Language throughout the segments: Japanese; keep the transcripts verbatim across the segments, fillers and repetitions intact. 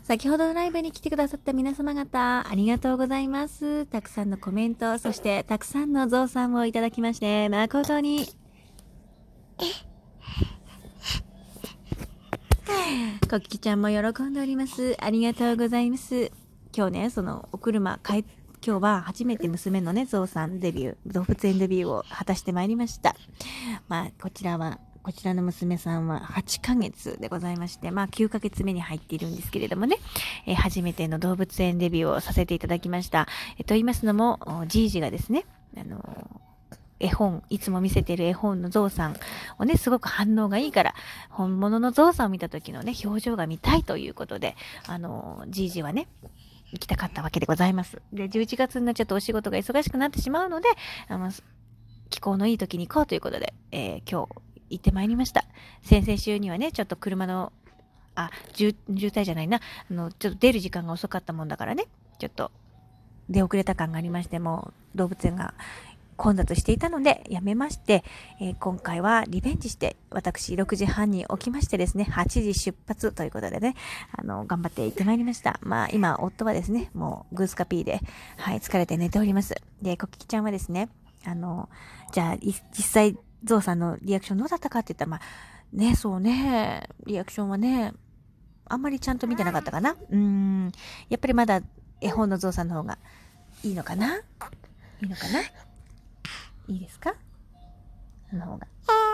先ほどのライブに来てくださった皆様方、ありがとうございます。たくさんのコメント、そしてたくさんの増産をいただきまして、誠に、コキちゃんも喜んでおります。ありがとうございます。今日ね、そのお車帰今日は初めて娘のね、ゾウさんデビュー、動物園デビューを果たしてまいりました。まあ、こちらは、こちらの娘さんははちかげつでございまして、まあきゅうかげつめに入っているんですけれどもね、えー、初めての動物園デビューをさせていただきました。えー、と言いますのも、じいじがですね、あのー絵本、いつも見せている絵本のゾウさんをね、すごく反応がいいから、本物のゾウさんを見た時のね、表情が見たいということで、あの、じいじはね、行きたかったわけでございます。で、じゅういちがつになっちゃうとお仕事が忙しくなってしまうので、あの、気候のいい時に行こうということで、えー、今日行ってまいりました。先々週にはね、ちょっと車の、あ、渋滞じゃないな、あの、ちょっと出る時間が遅かったもんだからね、ちょっと出遅れた感がありまして、もう動物園が混雑していたのでやめまして、えー、今回はリベンジして私ろくじはんに起きましてですね、はちじ出発ということでね、あの頑張って行ってまいりました。まあ今夫はですね、もうグースカピーで、はい、疲れて寝ております。で、コキキちゃんはですね、あのじゃあ実際ゾウさんのリアクションどうだったかって言ったら、まあね、そうね、リアクションはね、あんまりちゃんと見てなかったかな。うーん、やっぱりまだ絵本のゾウさんの方がいいのかな、いいのかないいですか、その方が。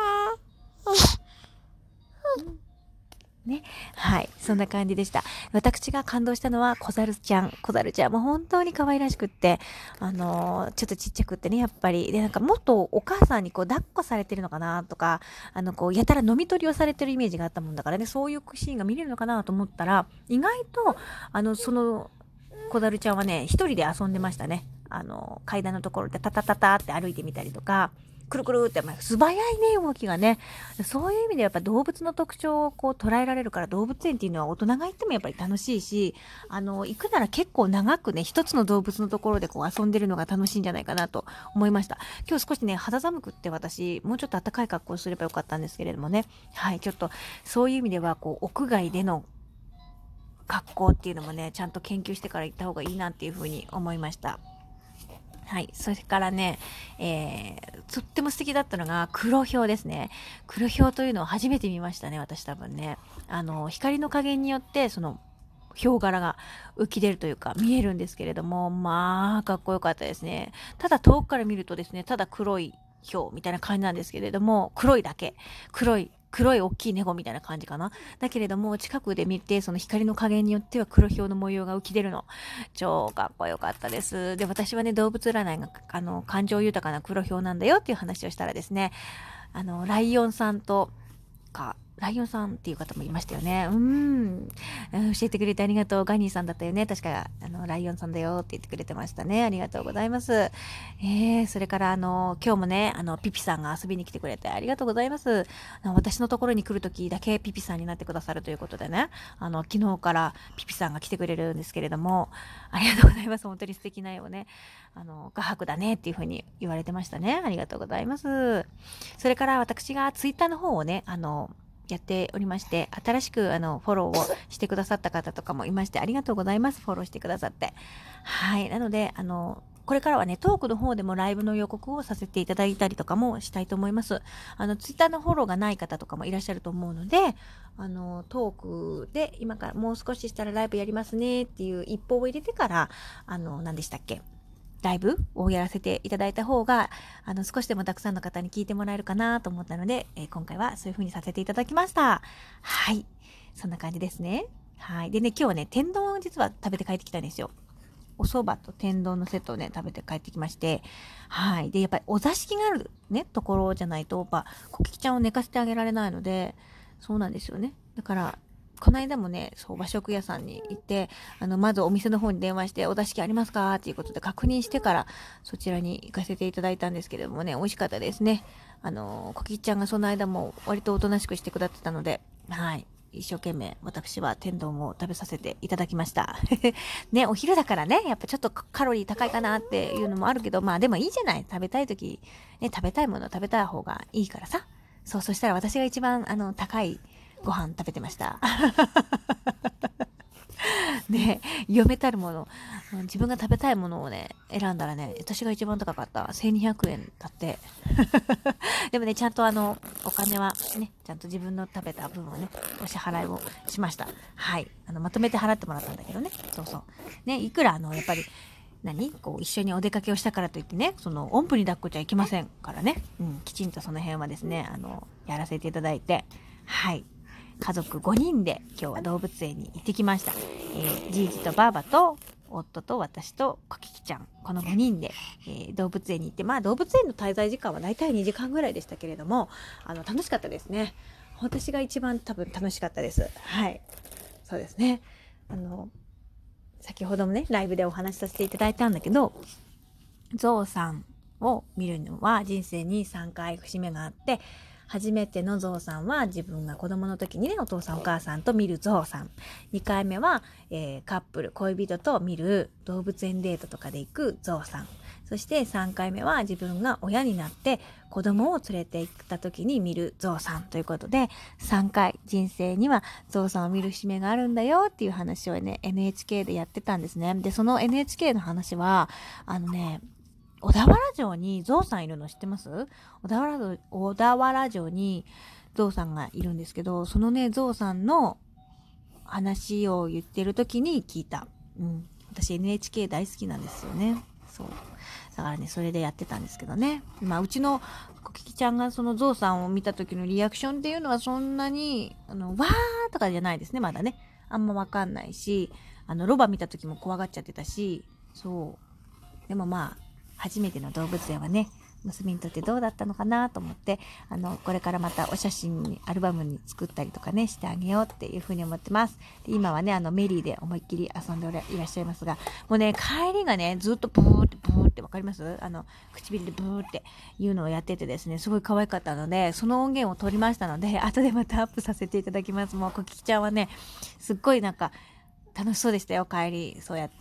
ね。はい。そんな感じでした。私が感動したのは、小猿ちゃん。小猿ちゃんも本当に可愛らしくって、あのー、ちょっとちっちゃくってね、やっぱり。で、なんかもっとお母さんにこう、抱っこされてるのかなとか、あの、こう、やたら飲み取りをされてるイメージがあったもんだからね、そういうシーンが見れるのかなと思ったら、意外と、あの、その、小猿ちゃんはね、一人で遊んでましたね。あの、階段のところでタタタタって歩いてみたりとか、くるくるって、まあ、素早いね、動きがね。そういう意味でやっぱ動物の特徴をこう捉えられるから、動物園っていうのは大人が行ってもやっぱり楽しいし、あの、行くなら結構長くね、一つの動物のところでこう遊んでるのが楽しいんじゃないかなと思いました。今日少しね、肌寒くって私、もうちょっと暖かい格好をすればよかったんですけれどもね。はい、ちょっとそういう意味では、こう、屋外での格好っていうのもね、ちゃんと研究してから行った方がいいなっていうふうに思いました。はい。それからね、えー、とっても素敵だったのが黒ヒョウですね。黒ヒョウというのを初めて見ましたね、私多分ね。あの、光の加減によって、その、ヒョウ柄が浮き出るというか見えるんですけれども、まあ、かっこよかったですね。ただ遠くから見るとですね、ただ黒いヒョウみたいな感じなんですけれども、黒いだけ。黒い黒い大きい猫みたいな感じかな。だけれども、近くで見て、その光の加減によっては黒ヒョウの模様が浮き出るの。超かっこよかったです。で、私はね、動物占いが、あの、感情豊かな黒ヒョウなんだよっていう話をしたらですね、あの、ライオンさんと、か、ライオンさんっていう方もいましたよね。うん。教えてくれてありがとう。ガニーさんだったよね。確か、あの、ライオンさんだよって言ってくれてましたね。ありがとうございます。えー、それから、あの、今日もね、あの、ピピさんが遊びに来てくれてありがとうございます。あの私のところに来るときだけピピさんになってくださるということでね、あの、昨日からピピさんが来てくれるんですけれども、ありがとうございます。本当に素敵な絵をね、あの、画伯だねっていうふうに言われてましたね。ありがとうございます。それから私がツイッターの方をね、あの、やっておりまして、新しくあのフォローをしてくださった方とかもいまして、ありがとうございます。フォローしてくださって。はい。なので、あの、これからはね、トークの方でもライブの予告をさせていただいたりとかもしたいと思います。あの、ツイッターのフォローがない方とかもいらっしゃると思うので、あの、トークで今からもう少ししたらライブやりますねっていう一報を入れてから、あの、何でしたっけ？ライブをやらせていただいた方が、あの、少しでもたくさんの方に聞いてもらえるかなと思ったので、えー、今回はそういう風にさせていただきました。はい。そんな感じですね。はい。でね、今日はね、天丼を実は食べて帰ってきたんですよ。お蕎麦と天丼のセットをね、食べて帰ってきまして。はい。で、やっぱりお座敷があるね、ところじゃないと、やっぱ、コキキちゃんを寝かせてあげられないので、そうなんですよね。だから、この間もね、そう、和食屋さんに行って、あの、まずお店の方に電話して、お座敷ありますかっていうことで確認してから、そちらに行かせていただいたんですけれどもね、美味しかったですね。あの、コキちゃんがその間も割とおとなしくしてくだってたので、はい。一生懸命私は天丼を食べさせていただきました。ね、お昼だからね、やっぱちょっとカロリー高いかなっていうのもあるけど、まあでもいいじゃない。食べたい時、ね、食べたいもの食べたい方がいいからさ。そう、そしたら私が一番、あの、高いご飯食べてました。 で、嫁たるもの、自分が食べたいものをね、選んだらね、私が一番高かったせんにひゃくえんだって。でもね、ちゃんとあの、お金はね、ちゃんと自分の食べた分をね、お支払いをしました。はい。あの、まとめて払ってもらったんだけどね。そうそう。ね、いくらあの、やっぱり、何こう一緒にお出かけをしたからといってね、そのおんぶに抱っこちゃいけませんからね、うん、きちんとその辺はですね、あのやらせていただいて、はい、家族ごにんで今日は動物園に行ってきました。えー、じいじとばあばと夫と私とコキキちゃん、このごにんで、えー、動物園に行って、まあ動物園の滞在時間はだいたいにじかんぐらいでしたけれども、あの楽しかったですね。私が一番多分楽しかったです。はい、そうですね。あの先ほどもね、ライブでお話しさせていただいたんだけど、ゾウさんを見るのは人生にさんかい節目があって、初めてのゾウさんは自分が子供の時にね、お父さんお母さんと見るゾウさん。にかいめは、えー、カップル、恋人と見る動物園デートとかで行くゾウさん。そしてさんかいめは自分が親になって子供を連れて行った時に見るゾウさんということで、さんかい人生にはゾウさんを見る節目があるんだよっていう話をね、エヌエイチケー でやってたんですね。で、その エヌエイチケー の話は、あのね、小田原城にゾウさんいるの知ってます？小田原城、小田原城にゾウさんがいるんですけど、そのね、ゾウさんの話を言ってる時に聞いた。うん。私 エヌエイチケー 大好きなんですよね。そう。だからね、それでやってたんですけどね。まあ、うちのコキキちゃんがそのゾウさんを見た時のリアクションっていうのはそんなに、あの、わーとかじゃないですね、まだね。あんまわかんないし、あの、ロバ見た時も怖がっちゃってたし、そう。でもまあ、初めての動物園はね、娘にとってどうだったのかなと思って、あの、これからまたお写真に、アルバムに作ったりとかね、してあげようっていうふうに思ってます。で今はね、あの、メリーで思いっきり遊んでいらっしゃいますが、もうね、帰りがね、ずっとブーってブーってわかります？あの、唇でブーっていうのをやっててですね、すごい可愛かったので、その音源を取りましたので、後でまたアップさせていただきます。もう、コキキちゃんはね、すっごいなんか、楽しそうでしたよ、帰り、そうやって。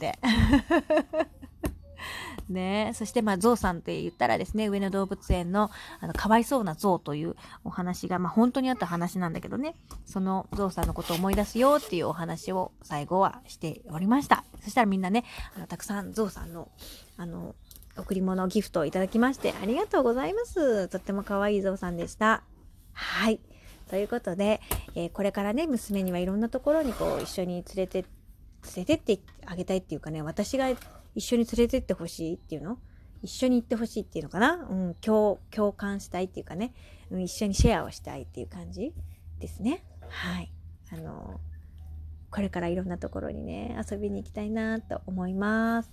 ね、そしてまあゾウさんって言ったらですね、上野動物園のあのかわいそうなゾウというお話がまあ本当にあった話なんだけどね、そのゾウさんのことを思い出すよっていうお話を最後はしておりました。そしたらみんなね、あのたくさんゾウさんのあの贈り物ギフトをいただきましてありがとうございます。とっても可愛いゾウさんでした。はい、ということで、えー、これからね、娘にはいろんなところにこう一緒に連れて連れてってあげたいっていうかね、私が一緒に連れてってほしいっていうの、一緒に行ってほしいっていうのかな、うん、共共感したいっていうかね、うん、一緒にシェアをしたいっていう感じですね。はい、あのこれからいろんなところにね遊びに行きたいなと思います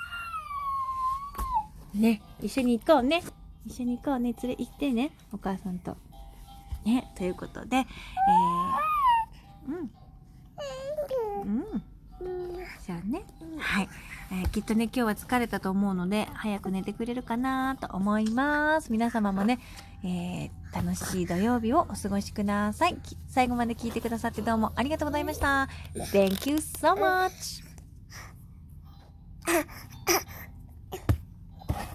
ね。一緒に行こうね、一緒に行こうね、連れ行ってね、お母さんとね。ということで、えー、うんうんじゃあね、はい、えー、きっとね今日は疲れたと思うので早く寝てくれるかなと思います。皆様もね、えー、楽しい土曜日をお過ごしください。最後まで聞いてくださってどうもありがとうございました。 Thank you so much